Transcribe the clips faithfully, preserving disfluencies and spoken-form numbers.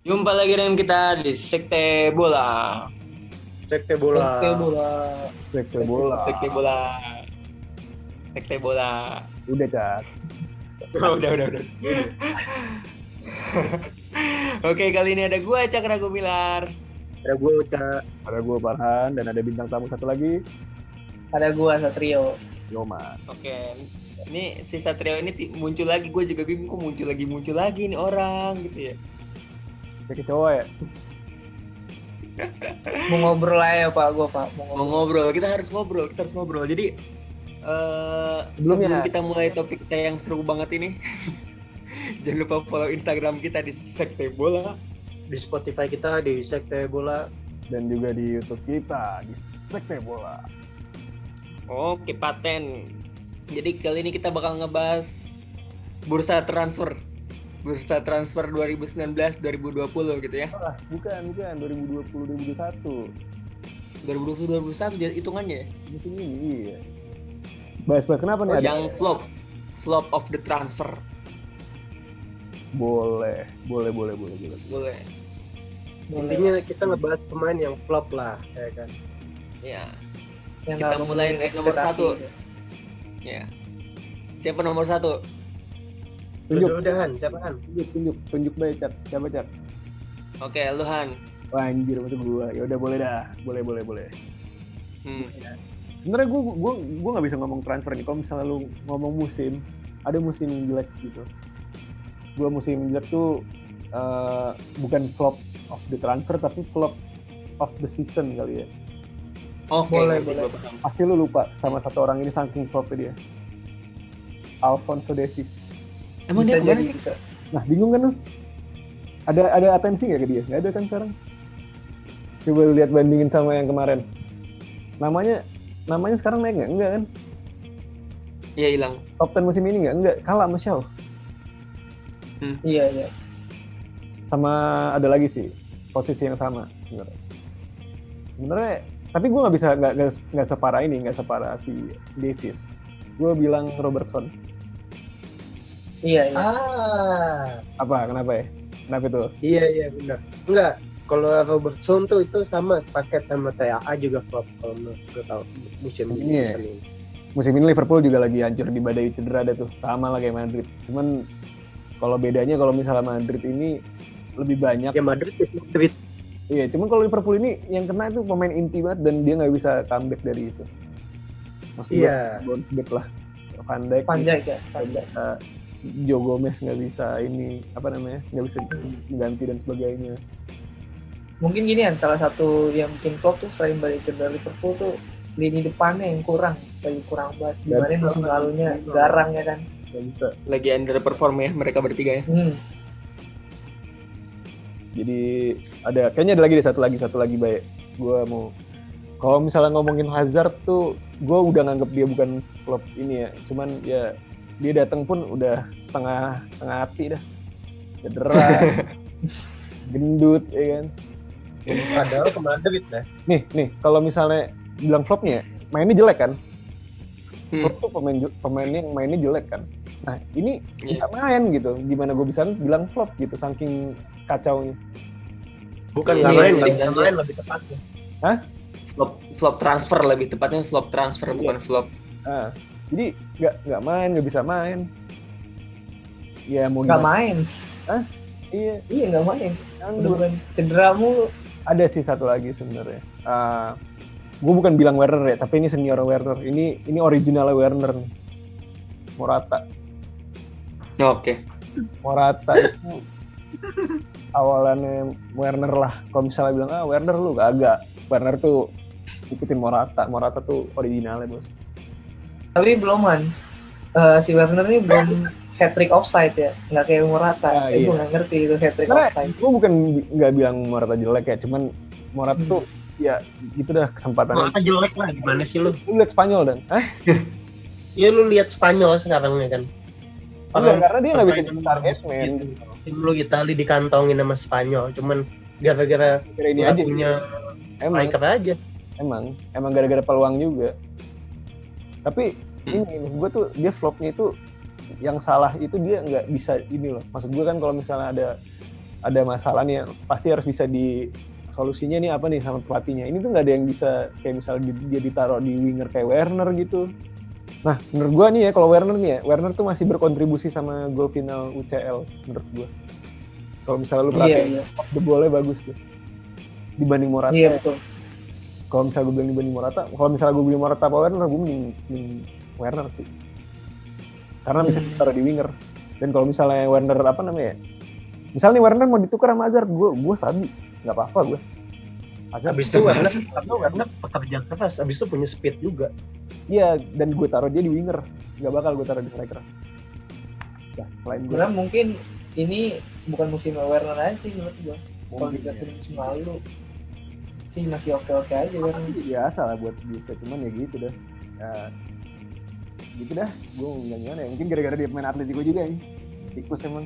Jumpa lagi dengan kita di Sekte Bola. Sekte bola. Sekte bola. Sekte bola. Sekte Bola. Sekte Bola. Udah, Cak. Oh, udah, udah, udah. Oke, kali ini ada gue Cakra Gumilar. Ada gue Uca. Ada gue Farhan dan ada bintang tamu satu lagi, Ada gua Satrio. Yoman. Oke, ini si Satrio ini ti- muncul lagi. Gue juga bingung kok muncul lagi muncul lagi nih orang gitu ya. Kayak cowok ya. Mau ngobrol aja Pak, gua Pak. Mau Mau ngobrol. ngobrol, kita harus ngobrol, kita harus ngobrol. Jadi eh, sebelum Sebelumnya- kita mulai topik kita yang seru banget ini, jangan lupa follow Instagram kita di Sekte Bola. Di Spotify kita di Sekte Bola. Dan juga di YouTube kita di Sekte Bola. Oke, paten. Jadi kali ini kita bakal ngebahas bursa transfer. Bursa transfer dua ribu sembilan belas dua ribu dua puluh gitu ya. Ah, bukan, bukan dua ribu dua puluh dua ribu dua puluh satu. dua ribu dua puluh dua ribu dua puluh satu jadi hitungannya. Musim ini iya. Bahas-bahas kenapa nih? Oh, Ada? yang flop. Flop of the transfer. Boleh, boleh, boleh, boleh, boleh. Boleh. Intinya kita ngebahas pemain yang flop lah, ya kan. Ya. Yang kita nggak mulai memenuhi nomor ekspektasi. satu. Ya. Siapa nomor satu? Tunjuk, Udah-udahan, siapa kan? tunjuk, tunjuk, tunjuk baik, Cat. Siapa, Cat? Oke, Luhan. Wah, anjir, itu gua. Ya udah, boleh dah. Boleh, boleh, boleh. Hmm. Sebenarnya gue gue gue nggak bisa ngomong transfer nih. Kalau misalnya lu ngomong musim, ada musim jelek gitu. Gue musim jelek tuh uh, bukan flop of the transfer tapi flop of the season kali ya. Oke, Boleh, ngerti, boleh. gua paham. Pasti lu lupa sama satu orang ini saking flopnya dia. Alphonso Davies. Emang Bisa dia kemana jadi, sih? bisa. Nah, bingung kan lu? Ada ada atensi nggak ke dia? Nggak ada kan sekarang. Coba lu lihat bandingin sama yang kemarin. Namanya namanya sekarang naik nggak? Enggak kan? Iya, hilang. Top sepuluh musim ini nggak? Enggak. Kalah sama Shaw. Iya, iya. Sama ada lagi sih posisi yang sama sebenarnya. Sebenarnya, tapi gue nggak bisa nggak nggak nggak separah ini, nggak separah si Davies. Gue bilang Robertson. Iya, iya. Ah, Apa? Kenapa ya? Kenapa itu? iya iya benar. Enggak, kalau Robertson tuh itu sama paket sama T A A juga flop kalau menurut gue tahu musim ini. Iya. season ini. Musim ini Liverpool juga lagi hancur di badai cedera ada tuh, sama lah kayak Madrid. Cuman kalau bedanya kalau misalnya Madrid ini lebih banyak. Ya Madrid itu Madrid. Iya, cuman kalau Liverpool ini yang kena itu pemain inti banget dan dia nggak bisa comeback dari itu. Maksud gue, Iya. bounce back lah. Van Dijk, Panjang ya, nggak panjang. bisa, Joe Gomez nggak bisa ini apa namanya, nggak bisa mengganti dan sebagainya. Mungkin gini kan, salah satu yang bikin flop tuh selain balik cedera Liverpool tuh lini depannya yang kurang, lagi kurang banget. Gimana Dan- musim lalunya garang ya kan. Nggak bisa. Lagi underperform ya mereka bertiga ya. Hmm. Jadi ada kayaknya ada lagi deh satu lagi satu lagi baik. Gue mau kalau misalnya ngomongin Hazard tuh, gue udah nganggep dia bukan flop ini ya. Cuman ya dia datang pun udah setengah setengah hati dah. Cedera, gendut, ya kan. Padahal ke Madrid ya. Nih nih kalau misalnya bilang flopnya, mainnya jelek kan? Hmm. Flop tuh pemain ju- pemainnya yang mainnya jelek kan. Nah ini Iya. nggak main gitu. Gimana gue bisa bilang flop gitu saking kacaunya. Bukan Iya, nggak iya, main, bisa nggak dibilang main dia. lebih tepatnya. Flop flop transfer lebih tepatnya flop transfer Iya. bukan flop. Nah, jadi nggak nggak main, nggak bisa main. Ya mau Nggak gimana? main. Iya, Iya, nggak main. kan Udah bukan cedera mulu. ada sih satu lagi sebenarnya. Uh, gue bukan bilang Werner ya, tapi ini senior Werner. Ini ini originalnya Werner nih. Morata. Oke. Morata itu awalannya Werner lah. Kalau misalnya bilang ah Werner lu agak. Werner tuh ikutin Morata. Morata tuh originalnya bos. Tapi belum kan. Eh, si Werner ini belum hat-trick offside ya. Nggak kayak Morata. Ah, eh, iya. gue nggak ngerti itu hat-trick Karena offside. gue bukan nggak bilang Morata jelek ya, cuman Morata Hmm. tuh ya itu dah kesempatan. Morata jelek lah, gimana sih lu? Lu lihat Spanyol dan? Hah? Ya lu lihat Spanyol sekarang ya kan. Enggak, karena dia nggak bisa pemain jadi target man. Tim lu Itali dikantongin sama Spanyol, cuman gara-gara Kira ini nggak aja. punya Emang, striker aja. emang, emang gara-gara peluang juga. Tapi Hmm. ini maksud gue tuh dia flopnya itu yang salah itu dia nggak bisa ini loh. Maksud gue kan kalau misalnya ada ada masalah nih, pasti harus bisa di solusinya nih apa nih sama pelatihnya. Ini tuh nggak ada yang bisa kayak misalnya dia ditaruh di winger kayak Werner gitu. Nah, menurut gua nih ya kalau Werner nih ya, Werner tuh masih berkontribusi sama gol final U C L menurut gua. Kalau misalnya lu perhatiin, Iya, iya. the ball-nya bagus tuh dibanding Morata. Iya betul. Kalau misalnya gue bilang dibanding Morata, kalau misalnya gue bilang Morata apa Werner, gue mending, mending Werner sih. Karena bisa Hmm. ditaruh di winger. Dan kalau misalnya Werner apa namanya? Misalnya nih Werner mau ditukar sama Hazard, gue gue sabi, nggak apa-apa gue. Hazard, Abis itu Werner, karena Werner pekerja keras, abis itu punya speed juga. iya, dan gue taruh dia di winger, nggak bakal gue taruh di striker. Ya, selain gue, Karena mungkin ini bukan musim Werner aja sih menurut gue. Kalau mungkin dilihat ya. musim lalu sih masih oke-oke aja Werner. Biasa lah buat Juve, cuman ya gitu dah. Ya, gitu dah, gue nggak gimana ya. Mungkin gara-gara dia pemain Atletico juga ya. Tikus emang.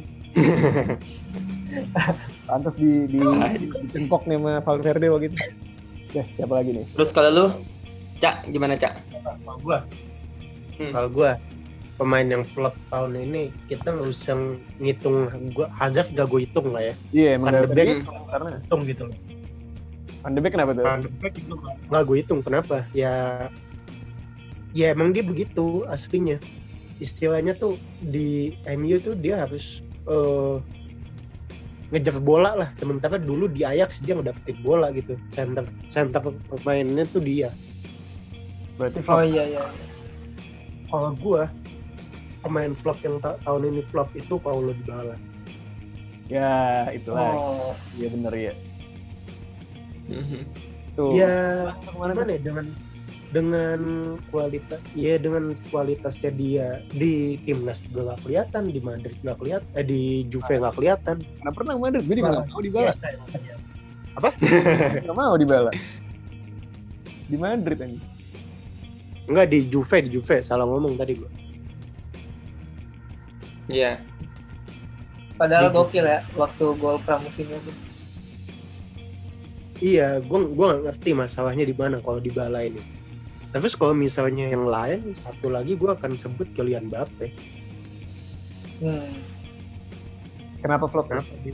Pantas di di dicengkok nih sama Valverde waktu itu. Ya, siapa lagi nih? Terus kalau lu, Cak, gimana Cak? Kalau gua, Hmm. kalau gua pemain yang flop tahun ini kita nggak usah ngitung gua Hazard gak gue hitung lah ya. Iya, emang Van de gak Beek begitu karena hitung gitu loh. Van de Beek kenapa tuh? Van de Beek itu nggak gue hitung kenapa? Ya, ya emang dia begitu aslinya. Istilahnya tuh di M U tuh dia harus eh, ngejar bola lah. Sementara dulu di Ajax dia ngedapetin bola gitu. Center center pemainnya tuh dia. Berarti Oh flop. iya iya. Kalau gua pemain flop yang ta- tahun ini flop itu Paulo Dybala. Ya, itulah. Oh, Iya bener ya. Mhm. Tuh. Ya Kemana gimana ya dengan dengan kualitas ya dengan kualitasnya dia di timnas juga nggak kelihatan, di Madrid nggak kelihatan, eh, di Juve nggak kelihatan. Kenapa pernah Madrid? Gue juga nggak mau dibala. Apa? Nggak mau dibala. Di Madrid aja. Enggak, di Juve, di Juve salah ngomong tadi gua. Iya. padahal Gitu. gokil ya waktu gol pramusimnya tuh. Iya, gua gua nggak ngerti masalahnya di mana kalau Dybala ini. Terus kalau misalnya yang lain, satu lagi gua akan sebut Kylian Mbappe. Hmm. Kenapa flop? Kenapa dia?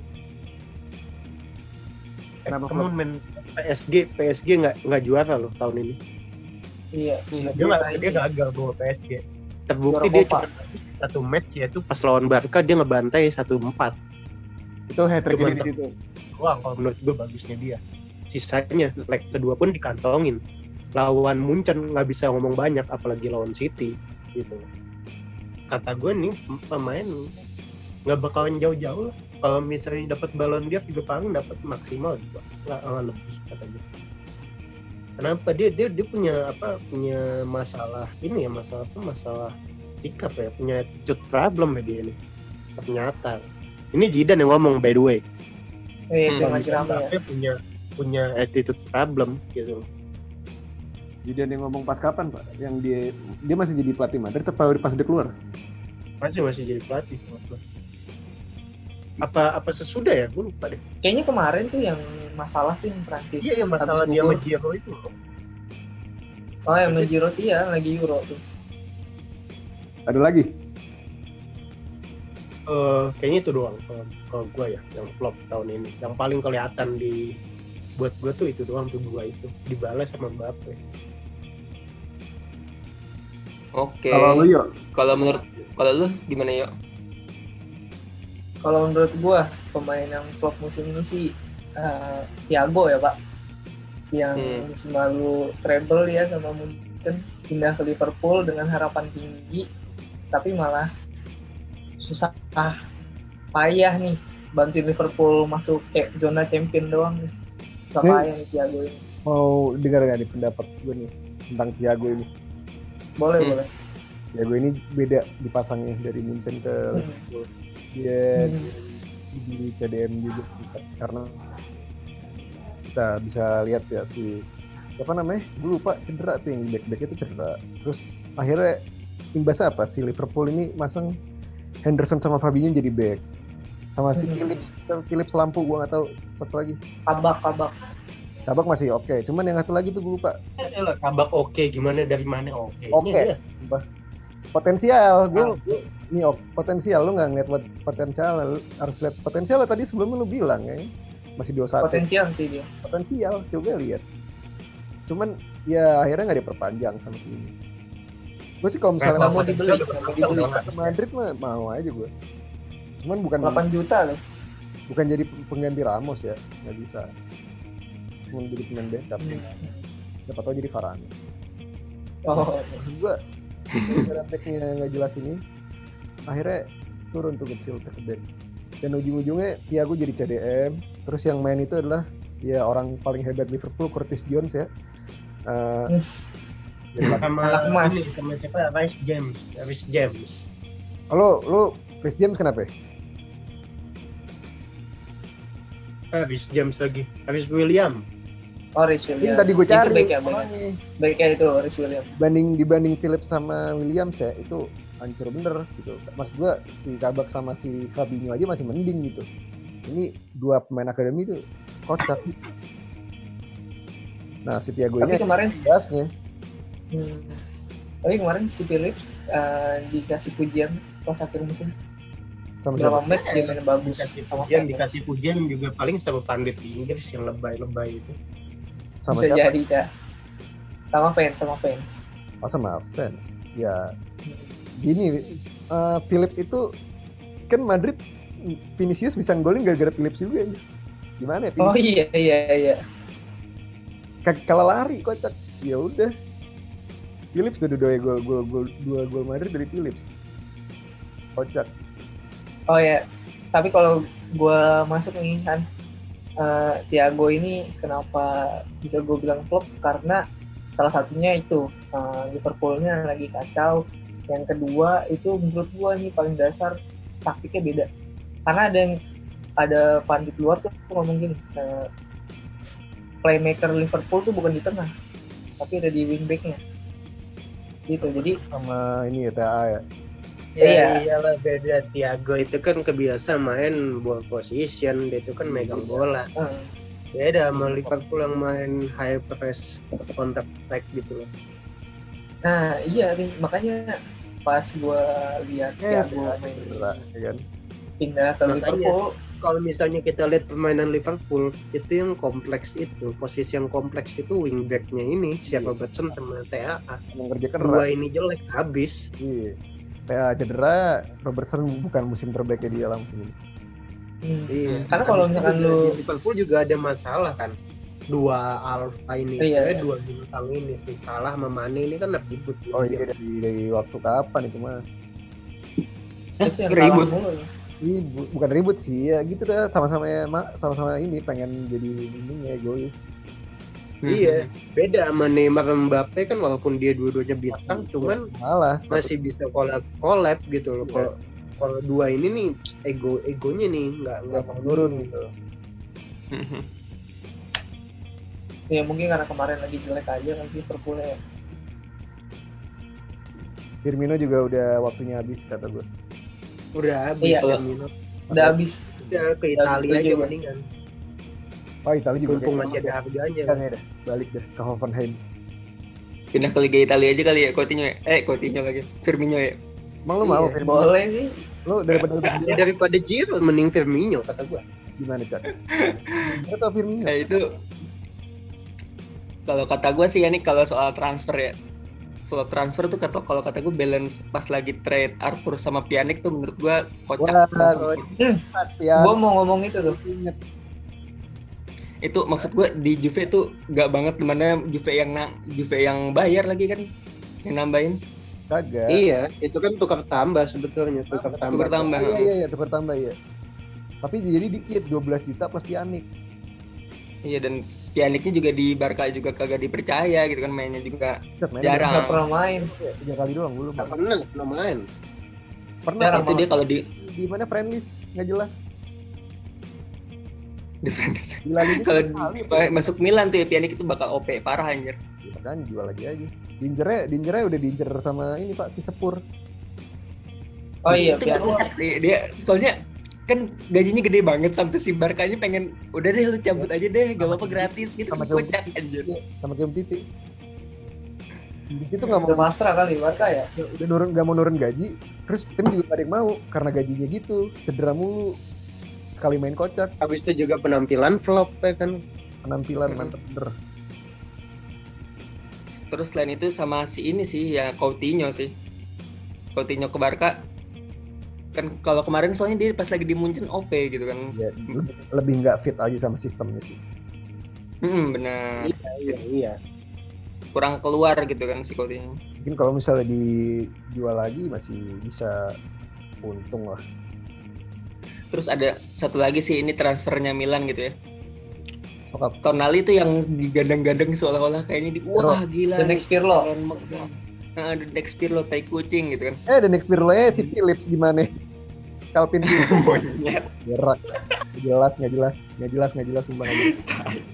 Kenapa Kamu flop? main P S G, P S G nggak nggak juara loh tahun ini. Iya. Iya. Dia nggak, Juara dia ini. gagal bawa P S G. Terbukti Juara dia Copa. cuma satu match yaitu pas lawan Barca dia ngebantai satu empat. Itu hat-trick Cuman di situ. Wah, kalau menurut gue bagusnya dia. Sisanya leg kedua pun dikantongin. Lawan Munchen nggak bisa ngomong banyak, apalagi lawan City gitu. Kata gue nih pemain nggak bakalan jauh-jauh lah. Kalau misalnya dapat balon dia juga paling dapat maksimal juga, nggak nggak lebih kata gue. Kenapa dia dia dia punya apa punya masalah ini ya masalah apa masalah sikap ya, punya attitude problem ya dia ini ternyata. Ini Zidane yang ngomong by the way. Eh, Hmm. itu yang lagi rame ya. Dia punya punya attitude problem gitu. Jadi dia ngomong pas kapan Pak? Yang dia dia masih jadi pelatih Madrid atau pas dia keluar? Masih masih jadi pelatih. Apa apa sesudah ya? Gue lupa deh. Kayaknya kemarin tuh yang masalah tuh yang Prancis. Iya yang masalah habis dia gugur. sama Giro itu loh. Oh yang Prancis. Giro iya lagi Euro tuh. Ada lagi? Eh, kayaknya itu doang kalau kalau gue ya yang flop tahun ini. Yang paling kelihatan di buat gue tuh itu doang tuh dua itu dibalas sama Mbappe. Oke. Kalau lu yuk, Kalau menurut kalau lu gimana yuk? Kalau menurut gua pemain yang flop musim ini sih eh, Thiago ya Pak. Yang Hmm. musim lalu treble ya sama Munchen, pindah ke Liverpool dengan harapan tinggi, tapi malah susah payah nih bantuin Liverpool masuk kayak zona champion doang nih. Susah Hmm. payah nih Thiago ini. mau dengar gak nih pendapat gue nih tentang Thiago ini? Boleh Hmm. boleh. Thiago ini beda dipasangnya dari Munchen ke Hmm. Liverpool. Dia Hmm. di C D M juga karena kita bisa lihat ya si apa namanya? Gue lupa cedera tuh yang back-back itu cedera. Terus akhirnya imbasnya apa? Si Liverpool ini masang Henderson sama Fabinho jadi back. Sama si Hmm. Phillips, Phillips lampu gue nggak tahu satu lagi. Kabak kabak. Kabak masih oke, cuman yang satu lagi tuh gue lupa. Eh lah kabak oke gimana dari mana oke. Oke. Ini dia. Potensial, gue Ah, ini op, potensial lu nggak ngeliat pot- potensial, lu harus lihat potensial tadi sebelumnya lu bilang ya masih dua puluh satu Potensial sih dia. potensial, coba lihat. Cuman ya akhirnya nggak diperpanjang sama si ini. Gue sih kalau misalnya Nggak mau dibeli, nggak mau dibeli. Madrid mah mau aja gue. Cuman bukan delapan juta loh. bukan jadi pengganti Ramos ya, nggak bisa. Cuman jadi pemain backup. Hmm. Siapa tahu jadi Varane. Oh, Maksud gue gara backnya nggak jelas ini, akhirnya turun tuh kecil ke back. Dan ujung-ujungnya ya gue jadi C D M. Terus yang main itu adalah ya orang paling hebat Liverpool, Curtis Jones ya. Uh, Hmm. sama Anak emas. ini, sama siapa? Rice James, Rice James. Lo lo Chris James kenapa ya? Ah, Rice James lagi. Rice William. oh Rhys Ini Williams. tadi gue Itu cari back ya, back ya. orangnya. Backnya itu Rhys Williams. Dibanding dibanding Phillips sama Williams ya itu hancur bener gitu. Mas gue si Kabak sama si Fabinho aja masih mending gitu. Ini dua pemain akademi itu kocak. Nah si Thiago Tapi ini kemarin, gasnya hmm, tapi kemarin si Phillips uh, dikasih pujian pas akhir musim. sama Berapa siapa? match dia main bagus. Dikasih Sama pujian, Pep. dikasih pujian juga paling sama pandit di Inggris yang lebay-lebay itu. Sama Bisa siapa? jadi Kak. Sama fans, sama fans. Oh, sama fans. Ya gini uh, Phillips itu kan Madrid Vinicius bisa golin gara-gara Phillips juga ya. Gimana ya Oh Vinicius? iya iya iya. K- kalau lari kocak ya udah Phillips tuh dua gol gol gol dua gol Madrid dari Phillips kocak. Oh ya. Tapi kalau gue masuk nih kan, uh, Thiago ini kenapa bisa gue bilang flop karena salah satunya itu uh, Liverpoolnya lagi kacau. Yang kedua itu menurut gue nih paling dasar taktiknya beda. Karena ada yang ada pandit luar tuh ngomong gini, uh, playmaker Liverpool tuh bukan di tengah, tapi ada di wingbacknya. Gitu. Jadi Sama ini ya T A ya. Ya Iya. iyalah beda. Thiago itu kan kebiasa main ball position, dia itu kan megang bola. uh, Beda sama Liverpool yang main high press counter attack gitu loh. nah iya nih makanya pas gue lihat Ya, Thiago main cedera, ya kan. pindah ke Makanya. Liverpool. Kalau misalnya kita lihat permainan Liverpool, itu yang kompleks itu, posisi yang kompleks itu wingbacknya ini, siapa Robertson sama T A A. Emang kerja Dua keras. ini jelek, habis. Iya. T A cedera, Robertson bukan musim terbaiknya dia lah musim ini. Hmm. Iya. Karena kalau Habis misalkan juga lu- di Liverpool juga ada masalah kan. Dua alpha ini, Iya, saya iya. dua bintang ini, si Salah sama Mane ini kan ribut. Oh iya dari, dari waktu kapan itu mah? Itu yang ribut. kalah mulu. Ribut, bukan ribut sih ya gitu dah sama-sama ya ma- sama-sama ini pengen jadi ini egois. Iya, beda sama Neymar sama Mbappe kan walaupun dia dua-duanya bintang, cuman malah masih bisa collab collab gitu loh. Iya. Kalau kalau dua ini nih ego egonya nih nggak nggak nggak menurun gitu. Ya mungkin karena kemarin lagi jelek aja kan Liverpool ya. Firmino juga udah waktunya habis kata gue. udah habis Iya. Firmino. Udah habis. Udah ke Italia aja setuju. mendingan. Oh Italia juga Mumpung kayaknya masih ada harganya. kayaknya dah balik dah ke Hoffenheim. Pindah ke Liga Italia aja kali ya Coutinho ya. Eh Coutinho lagi. Firmino ya. Emang lu mau Iya, Firmino? Boleh sih. Lu daripada lu Ya, daripada Giroud mending Firmino kata gua. gimana Cak? Atau Firmino? Nah itu kalau kata gue sih ya nih kalau soal transfer ya, flop transfer tuh kata kalau kata gue balance pas lagi trade Arthur sama Pjanic tuh menurut gue kocak. Wah, Sama- Ya, Gue mau ngomong itu tuh. itu maksud gue di Juve tuh gak banget dimana Juve yang na- Juve yang bayar lagi kan yang nambahin kagak. Iya, itu kan tukar tambah sebetulnya, tukar tambah. tukar tambah. Iya iya iya tukar tambah ya. Tapi jadi dikit dua belas juta plus Pjanic. Iya dan Pjanicnya juga di Barca juga kagak dipercaya gitu kan mainnya juga Set, main Jarang. Nggak pernah main. dua- tiga kali doang belum. Nggak pernah, nggak pernah main. Pernah Jarang itu dia kalau di di mana friendlies nggak jelas. defense. Di La Liga Kalau sekali, di- masuk Milan tuh ya Pjanic itu bakal O P parah anjir. ya, kan jual lagi aja. Dinjernya, dinjernya udah dinjer sama ini Pak si Sepur. Oh iya, itu Pjanic. kocak sih dia soalnya kan gajinya gede banget sampai si Barkanya pengen udah deh lu cabut aja deh gak apa-apa gratis gitu Sama kocak anjir. sama Kim Titi. Diki tuh nggak mau Udah pasrah kali Barca ya. udah nurun nggak mau nurun gaji, terus tim juga nggak ada yang mau karena gajinya gitu, cedera mulu, sekali main kocak, Habis itu juga penampilan flop ya kan. penampilan Hmm. mantep bener. Terus selain itu sama si ini sih ya Coutinho sih. Coutinho ke Barca kan kalau kemarin soalnya dia pas lagi di Munchen O P gitu kan. Ya, lebih, lebih nggak fit aja sama sistemnya sih. Hmm, benar. Iya, iya, iya. Kurang keluar gitu kan si Coutinho. Mungkin kalau misalnya dijual lagi masih bisa untung lah. Terus ada satu lagi sih ini transfernya Milan gitu ya. Sokap. Tonali itu yang digadang-gadang seolah-olah kayaknya di wah gila. The next Pirlo. keren banget. Nah, the next Pirlo tai kucing gitu kan. Eh, dan next Pirlo-nya si Phillips gimana? Calvin Phillips. Monyet. Gerak. Nggak jelas, nggak jelas, nggak jelas, nggak jelas sumpah nggak jelas.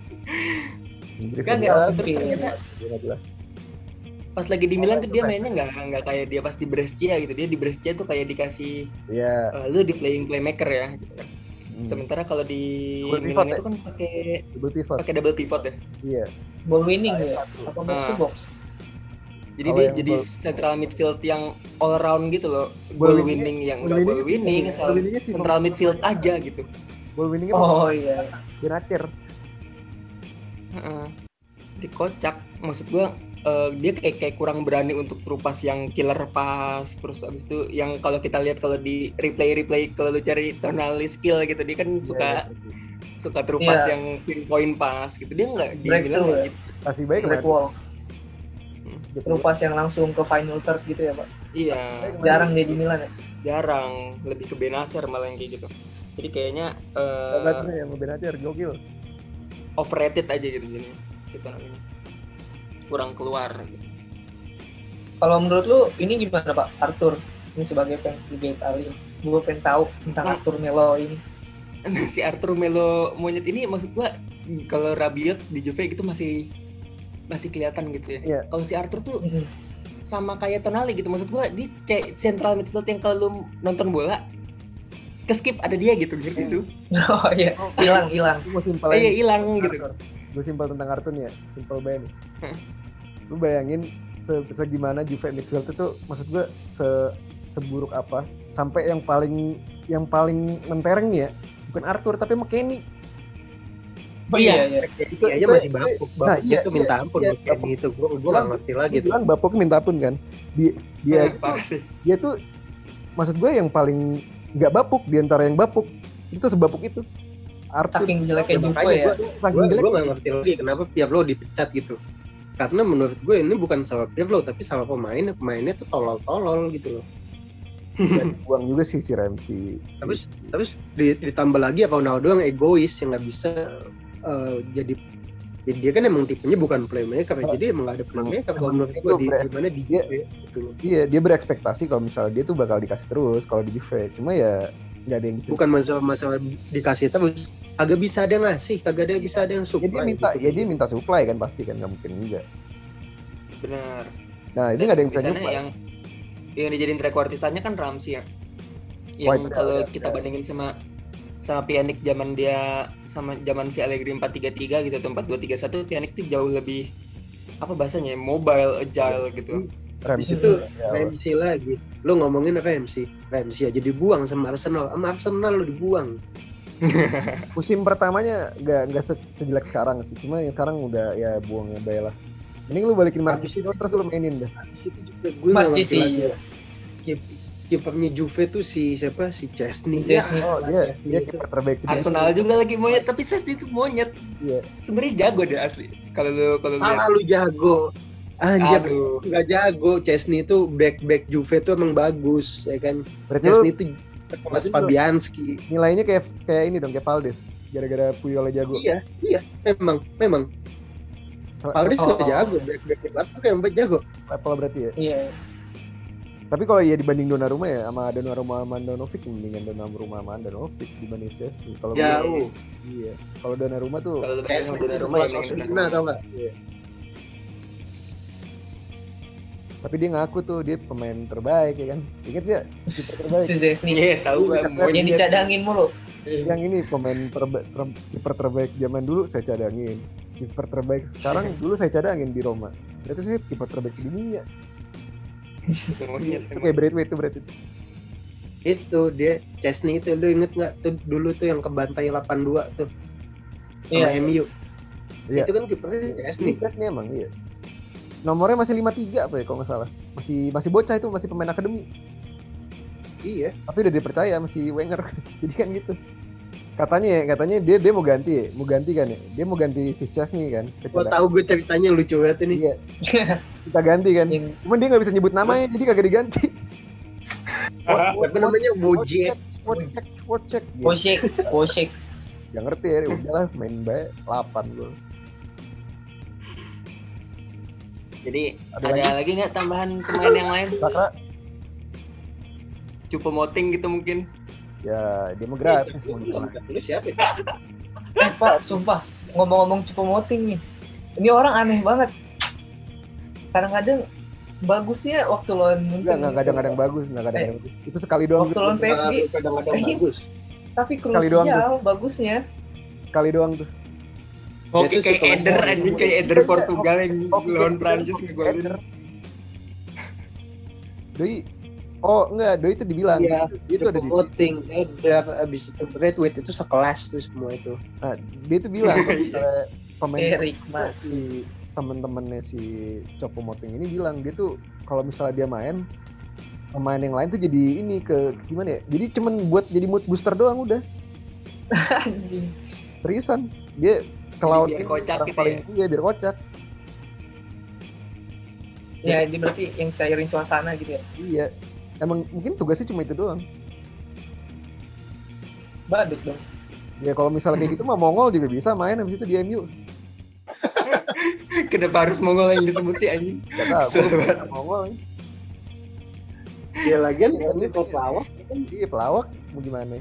Inggris Enggak, nggak enggak. jelas, Terus ternyata nggak jelas. pas lagi di Milan tuh dia mainnya nggak nggak kayak dia pas di Brescia gitu. Dia di Brescia tuh kayak dikasih Iya. eh, lu di playing playmaker ya gitu kan. Hmm. Sementara kalau di Double Milan pivot itu ya? kan pakai Double pivot. pakai double pivot ya. Iya. Ball winning ya. Apa box to Ah. box? Jadi Kalau dia yang jadi ball- central midfield yang all round gitu loh. Ball Ball winning- winning yang ball nggak ball winning- winning, iya, asal ball winningnya sih central ball- midfield aja gitu. Ball winningnya Oh iya. Benacer. Heeh. Dikocak. Maksud gua eh, dia kayak kayak kurang berani untuk terupas yang killer pass. Terus abis itu yang kalau kita lihat kalau di replay replay kalau lu cari Tonali skill gitu dia kan suka suka terupas Iya. yang pinpoint pass gitu. Dia nggak di Breakthrough Milan ya. gitu. Kasih baik Break kemarin. wall. Dia Terupas yang langsung ke final third gitu ya Pak. Iya. Jarang dia di Milan ya. Jarang, lebih ke Benacer malah yang kayak gitu. Jadi kayaknya punya- eh, yang Benacer gokil. overrated aja gitu jadi si Tonali ini. Kurang keluar gitu. Kalau menurut lu ini gimana Pak Arthur? Ini sebagai fans Liga Italia. Gue pengen tahu tentang Nah. Arthur Melo ini. Nah, si Arthur Melo monyet ini maksud gua kalau Rabiot di Juve itu masih masih kelihatan gitu ya. Iya. Kalau si Arthur tuh Mm-mm. sama kayak Tonali gitu maksud gua di C- central midfield yang kalau lu nonton bola ke skip ada dia gitu gitu. Oh iya, hilang hilang. Gue simpel Eh, iya aja. hilang gitu. Gue simpel tentang kartun ya, simpel banget. Hah. Lu bayangin se segimana Juve midfield itu, maksud gue se seburuk apa, sampai yang paling yang paling mentereng nih ya, bukan Arthur tapi McKennie. Oh iya iya. Itu aja masih bapuk. Nah, Bapuk iya, itu minta iya, ampun iya, buat kayak bapuk. gitu. Gue gue nggak ngerti lagi Dia tuh. bilang bapaknya minta ampun kan. Dia dia Eh, parah sih. dia tuh maksud gue yang paling nggak bapuk di antara yang bapuk. Itu tuh sebapuk itu. Arthur Saking jeleknya Juve Makanya ya. gue saking gue jelek. gue nggak ngerti lagi kenapa Pirlo dipecat gitu. Karena menurut gue ini bukan salah Pirlo tapi salah pemain. Pemainnya tuh tolol-tolol gitu loh. Dan buang juga sih si Ramsey. Terus terus di- ditambah lagi apa Ronaldo yang egois yang nggak bisa eh, jadi jadi dia kan emang tipenya bukan playmaker ya. Jadi emang nggak ada playmaker kalau menurut gue di Itu di mana di Dia- Juve gitu loh. Iya, dia berekspektasi kalau misalnya dia tuh bakal dikasih terus kalau di Juve. Cuma ya nggak ada yang bisa. Bukan masalah masalah dikasih terus, kagak bisa ada yang ngasih, kagak ada yang bisa ada yang Ya supply. dia minta, gitu. ya dia minta supply kan pasti kan, nggak mungkin juga. Benar. Nah itu nggak ada yang Di bisa sana supply. yang yang dijadiin trequartistanya kan Ramsey ya. Wah, Yang itu kalau ada- kita ada. bandingin sama sama Pjanic zaman dia sama zaman si Allegri empat tiga tiga gitu atau empat dua tiga satu, Pjanic tuh jauh lebih apa bahasanya ya, mobile, agile gitu. Di Ramsey situ ya, Ramsey lagi. Lu ngomongin Ramsey, Ramsey aja dibuang sama Arsenal, sama Arsenal lu dibuang. musim pertamanya nggak nggak se- sejelek sekarang sih. Cuma yang sekarang udah ya buangnya bay lah. Mending lu balikin Marcelo terus lu mainin dah. Di situ juga gue nggak Pasti ngerti sih. lagi. Kip- Kipernya Juve tuh si siapa? Si Chesney. Chesney. Oh dia dia kiper terbaik sih. Arsenal juga lagi monyet, tapi Sesni itu monyet. Iya. Sebenarnya jago deh asli. Kalau lu kalau lu lihat. Ah lu jago. Anjir, Aduh. nggak jago. Chesney itu back back Juve tuh emang bagus, ya kan? Berarti lu Chesney itu kelas Fabianski. nilainya kayak kayak ini dong, kayak Valdes. Gara-gara Puyol jago. Iya, iya. Memang, memang. Sel- Valdes Oh. nggak jago, back back Barca kan yang jago. level berarti ya. Iya. Tapi kalau ya dibanding Donnarumma ya sama Donnarumma sama Andanovic, mendingan Donnarumma sama Andanovic dibanding Szczęsny. Kalau Jauh. iya. Kalau Donnarumma tuh Kalau lu Kayak bandingin sama itu Donnarumma ya kelas mendingan Osuna, Donnarumma. tau nggak? tapi dia ngaku tuh dia pemain terbaik ya kan. Ingat gak? Kiper terbaik. Si Chesney. Iya, tahu gua Yang monyet. dicadangin mulu. Yang ini pemain terbaik kiper terbaik zaman dulu saya cadangin. Kiper terbaik sekarang dulu saya cadangin di Roma. Berarti saya kiper terbaik di dunia. Monyet Oke, emang. Braithwaite itu berarti. Itu dia Chesney itu, lu inget nggak tuh dulu tuh yang kebantai delapan dua tuh sama Iya. M U. Iya. Itu kan kipernya Ini Chesney. Chesney emang iya. Nomornya masih lima puluh tiga apa ya kalau nggak salah. Masih masih bocah itu, masih pemain akademi. Iya. Tapi udah dipercaya masih Wenger. Jadi kan gitu. Katanya ya, katanya dia dia mau ganti ya, mau ganti kan ya. Dia mau ganti si Chesney kan. Gua tahu gue ceritanya lucu banget ini. Iya. Kita ganti kan. Yang Cuman dia nggak bisa nyebut namanya, jadi kagak diganti. Apa namanya? Wojciech. Wojciech, Wojciech. Gitu. Wojciech, Wojciech. Gak ngerti ya, udahlah main baik delapan gol. Jadi Ada ada, lagi? lagi nggak tambahan pemain yang lain? Sakra Choupo-Moting gitu mungkin. ya dia mau gratis mau gimana. Lu siapa? ya? Eh Pak, sumpah ngomong-ngomong Choupo-Moting nih, ini orang aneh banget. Kadang-kadang bagusnya waktu lawan Munchen. Enggak, enggak kadang-kadang bagus, enggak kadang-kadang bagus. Itu sekali doang. Waktu gitu. lawan P S G, Kadang-kadang Eh, bagus. tapi Sekali doang krusial bagusnya. Sekali doang tuh. Oke, Dia tuh kayak suka Eder ngomong. anjing, kayak Eder Portugal yang Oke, lawan Eder. Prancis ngegolin. Eder. Doi Oh, enggak, Doi itu dibilang. Iya, Itu ada di voting. Eh, berapa abis itu Braithwaite itu sekelas tuh semua itu. Nah, dia itu bilang kalau misalnya pemain Erik Mas. si temen-temennya si Choupo-Moting ini bilang dia tuh kalau misalnya dia main pemain yang lain tuh jadi ini ke gimana ya? Jadi cuman buat jadi mood booster doang udah. Anjing. Seriusan. Dia ke lawan biar ini, kocak orang gitu paling ya? iya biar kocak. Ya, ini berarti yang cairin suasana gitu ya. Iya. Emang mungkin tugasnya cuma itu doang. Badut dong. Ya kalau misalnya kayak gitu mah Mongol juga bisa main habis itu di M U. Kenapa harus Mongol yang disebut sih anjing? Gak tahu. Kesel Gua banget. bukan Mongol. ya. Dia lagian Iya, kan iya. kalau pelawak. Iya pelawak mau gimana?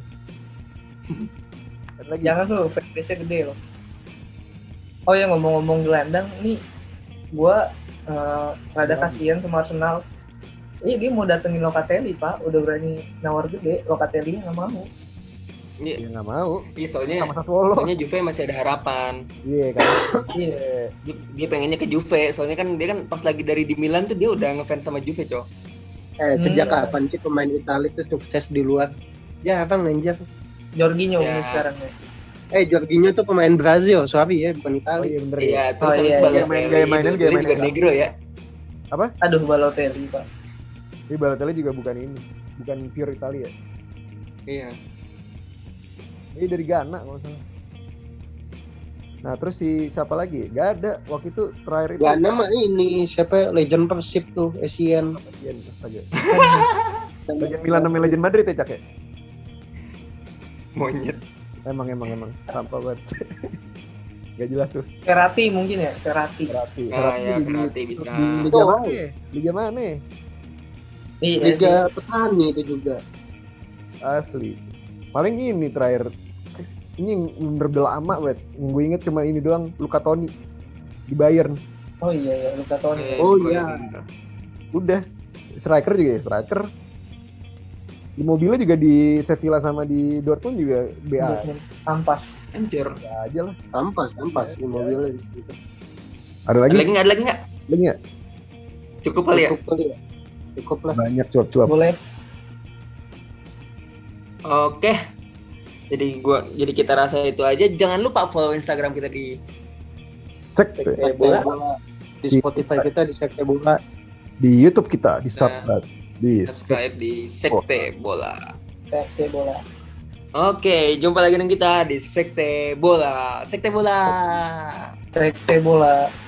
Ada lagi. Jangan tuh, fanbase-nya gede loh. Oh ya, ngomong-ngomong gelandang, ini gua eh, rada kasihan sama Arsenal. Iya, dia mau datengin Locatelli, Pak. Udah berani nawar gede, Locatelli nggak mau. Iya, Dia nggak mau. iya, soalnya Sama Sassuolo. soalnya Juve masih ada harapan. Iya kan. Iya. Iya. Dia, dia pengennya ke Juve, soalnya kan dia kan pas lagi dari di Milan tuh dia udah ngefans sama Juve, Cok. Eh, sejak Hmm. kapan sih pemain Italia itu sukses di luar? Ya, apa nganjak? Jorginho Ya. ini sekarang ya. Eh, Jorginho tuh pemain Brazil, sorry ya, bukan Oh Italia. iya bener ya. Iya, terus Oh, habis iya, itu iya. Balotelli, Main gaya mainan, gaya dua-duanya juga mainan. negro ya. Aduh, Balotelli, Pak. Ini Balotelli juga bukan ini, bukan pure Italia. Iya. Ini dari Ghana kalau nggak salah. Nah terus si siapa lagi? Gak ada waktu itu terakhir itu. Gak nama ini siapa legend Persib tuh, Asian. Iya, astaga. Legend Milan sama Legend Madrid ya Cak ya? Monyet. Emang emang emang sampah banget. Gak jelas tuh. Ferrati mungkin ya, Ferrati. Ferrati. Ah, ya, di- Ferrati bisa. di Liga mana? ya? Liga mana? ya? Iya, Liga sih. Petani itu juga. Asli. Paling ini terakhir. Ini yang bener udah lama banget. Yang gue inget cuma ini doang. Luka Toni di Bayern. Oh iya ya, Luka Toni. Oh, iya. Udah. Striker juga ya striker. Di mobilnya juga di Sevilla sama di Dortmund juga B A Ampas. Hancur. aja lah. Ampas, ampas Immobile di situ. Ada Ada lagi? lagi nggak? Ada lagi nggak? Lagi nggak? Cukup kali ya? Cukup kali ya. Cukup lah. Banyak cuap-cuap. Boleh. Oke. Jadi gua jadi kita rasa itu aja. Jangan lupa follow Instagram kita di Sekte. Sekte bola. Di Spotify kita di Sekte Bola. Di YouTube kita, di subscribe, di subscribe di Sekte Bola. Sekte bola. Oke, jumpa lagi dengan kita di Sekte Bola. Sekte Bola. Sekte bola.